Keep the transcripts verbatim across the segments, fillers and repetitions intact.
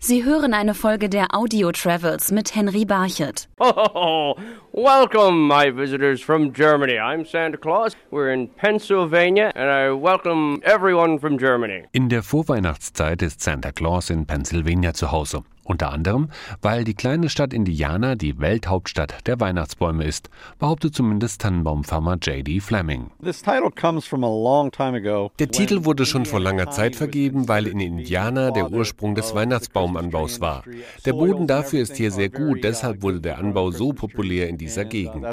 Sie hören eine Folge der Audio Travels mit Henry Barchett. Oh, welcome, my visitors from Germany. I'm Santa Claus. We're in Pennsylvania and I welcome everyone from Germany. In der Vorweihnachtszeit ist Santa Claus in Pennsylvania zu Hause. Unter anderem, weil die kleine Stadt Indiana die Welthauptstadt der Weihnachtsbäume ist, behauptet zumindest Tannenbaumfarmer J D Fleming. Der Titel wurde schon vor langer Zeit vergeben, weil in Indiana der Ursprung des Weihnachtsbaumanbaus war. Der Boden dafür ist hier sehr gut, deshalb wurde der Anbau so populär in dieser Gegend.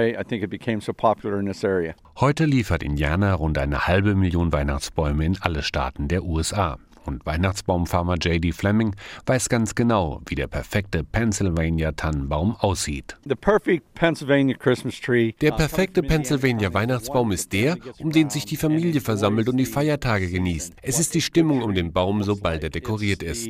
Heute liefert Indiana rund eine halbe Million Weihnachtsbäume in alle Staaten der U S A. Und Weihnachtsbaumfarmer J D Fleming weiß ganz genau, wie der perfekte Pennsylvania-Tannenbaum aussieht. Der perfekte Pennsylvania-Weihnachtsbaum ist der, um den sich die Familie versammelt und die Feiertage genießt. Es ist die Stimmung um den Baum, sobald er dekoriert ist.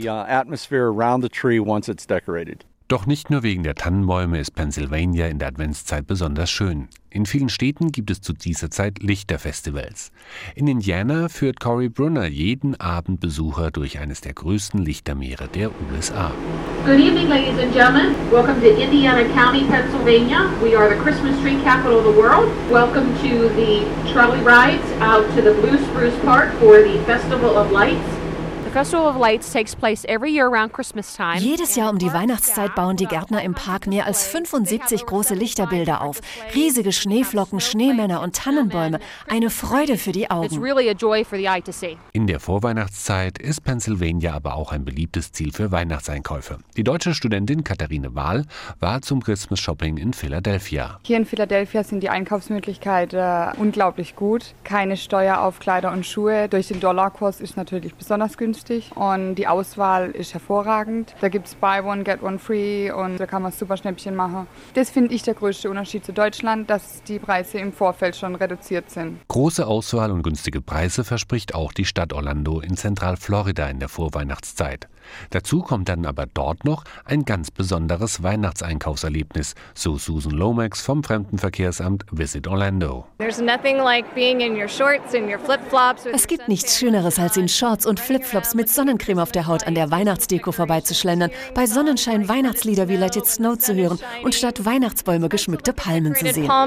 Doch nicht nur wegen der Tannenbäume ist Pennsylvania in der Adventszeit besonders schön. In vielen Städten gibt es zu dieser Zeit Lichterfestivals. In Indiana führt Cory Brunner jeden Abend Besucher durch eines der größten Lichtermeere der U S A. Good evening, ladies and gentlemen. Welcome to Indiana County, Pennsylvania. We are the Christmas tree capital of the world. Welcome to the trolley rides out to the Blue Spruce Park for the Festival of Lights. Festival of Lights takes place every year around Christmas time. Jedes Jahr um die Weihnachtszeit bauen die Gärtner im Park mehr als fünfundsiebzig große Lichterbilder auf. Riesige Schneeflocken, Schneemänner und Tannenbäume. Eine Freude für die Augen. It's really a joy for the eye to see. In der Vorweihnachtszeit ist Pennsylvania aber auch ein beliebtes Ziel für Weihnachtseinkäufe. Die deutsche Studentin Katharine Wahl war zum Christmas Shopping in Philadelphia. Hier in Philadelphia sind die Einkaufsmöglichkeiten äh, unglaublich gut. Keine Steuer auf Kleider und Schuhe. Durch den Dollarkurs ist natürlich besonders günstig. Und die Auswahl ist hervorragend. Da gibt es Buy One, Get One Free und da kann man super Schnäppchen machen. Das finde ich der größte Unterschied zu Deutschland, dass die Preise im Vorfeld schon reduziert sind. Große Auswahl und günstige Preise verspricht auch die Stadt Orlando in Zentralflorida in der Vorweihnachtszeit. Dazu kommt dann aber dort noch ein ganz besonderes Weihnachtseinkaufserlebnis, so Susan Lomax vom Fremdenverkehrsamt Visit Orlando. Es gibt nichts Schöneres, als in Shorts und Flipflops mit Sonnencreme auf der Haut an der Weihnachtsdeko vorbeizuschlendern, bei Sonnenschein Weihnachtslieder wie Let It Snow zu hören und statt Weihnachtsbäume geschmückte Palmen zu sehen.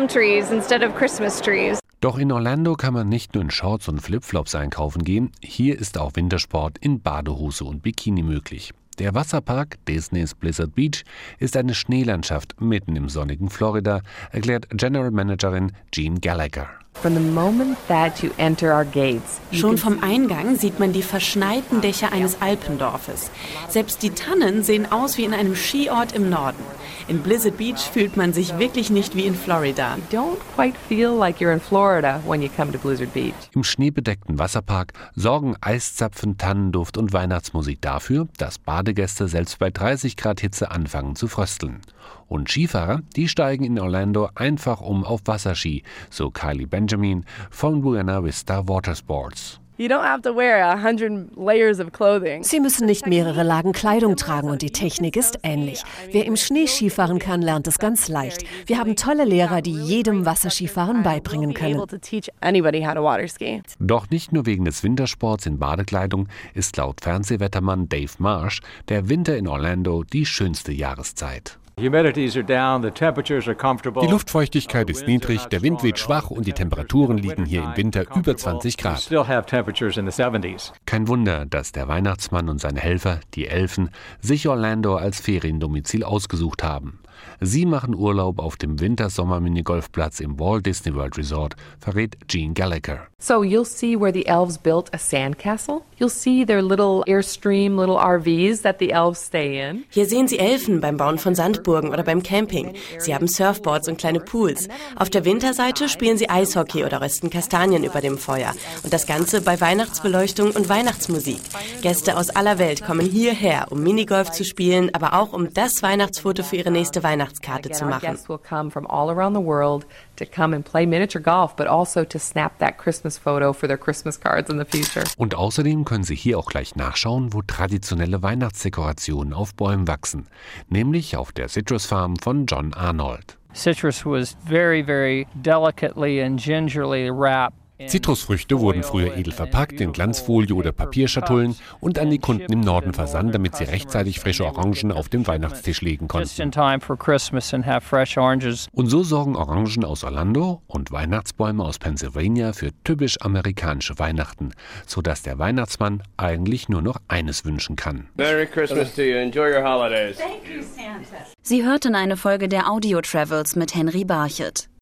Doch in Orlando kann man nicht nur in Shorts und Flipflops einkaufen gehen, hier ist auch Wintersport in Badehose und Bikini möglich. Der Wasserpark Disney's Blizzard Beach ist eine Schneelandschaft mitten im sonnigen Florida, erklärt General Managerin Jean Gallagher. Schon vom Eingang sieht man die verschneiten Dächer eines Alpendorfes. Selbst die Tannen sehen aus wie in einem Skiort im Norden. In Blizzard Beach fühlt man sich wirklich nicht wie in Florida. Im schneebedeckten Wasserpark sorgen Eiszapfen, Tannenduft und Weihnachtsmusik dafür, dass Badegäste selbst bei dreißig Grad Hitze anfangen zu frösteln. Und Skifahrer, die steigen in Orlando einfach um auf Wasserski, so Kylie Benjamin von Buena Vista Watersports. Sie müssen nicht mehrere Lagen Kleidung tragen und die Technik ist ähnlich. Wer im Schnee Skifahren kann, lernt es ganz leicht. Wir haben tolle Lehrer, die jedem Wasserskifahren beibringen können. Doch nicht nur wegen des Wintersports in Badekleidung ist laut Fernsehwettermann Dave Marsh der Winter in Orlando die schönste Jahreszeit. Die Luftfeuchtigkeit ist niedrig, der Wind weht schwach und die Temperaturen liegen hier im Winter über zwanzig Grad. Kein Wunder, dass der Weihnachtsmann und seine Helfer, die Elfen, sich Orlando als Feriendomizil ausgesucht haben. Sie machen Urlaub auf dem Winter-Sommer-Minigolfplatz im Walt Disney World Resort, verrät Jean Gallagher. So you'll see where the elves built a sandcastle. You'll see their little Airstream, little R Vs that the elves stay in. Hier sehen Sie Elfen beim Bauen von Sandburgen oder beim Camping. Sie haben Surfboards und kleine Pools. Auf der Winterseite spielen sie Eishockey oder rösten Kastanien über dem Feuer. Und das Ganze bei Weihnachtsbeleuchtung und Weihnachtsmusik. Gäste aus aller Welt kommen hierher, um Minigolf zu spielen, aber auch um das Weihnachtsfoto für ihre nächste Weihnachtskarte zu machen. Guests will come from all around the world to come and play miniature golf, but also to snap that Christmas photo for their Christmas cards in the future. Und außerdem können Sie hier auch gleich nachschauen, wo traditionelle Weihnachtsdekorationen auf Bäumen wachsen, nämlich auf der Citrus Farm von John Arnold. Citrus was very, very delicately and gingerly wrapped Zitrusfrüchte wurden früher edel verpackt in Glanzfolie oder Papierschatullen und an die Kunden im Norden versandt, damit sie rechtzeitig frische Orangen auf den Weihnachtstisch legen konnten. Und so sorgen Orangen aus Orlando und Weihnachtsbäume aus Pennsylvania für typisch amerikanische Weihnachten, sodass der Weihnachtsmann eigentlich nur noch eines wünschen kann. Merry Christmas to you. Enjoy your holidays. Sie hörten eine Folge der Audio Travels mit Henry Barchet.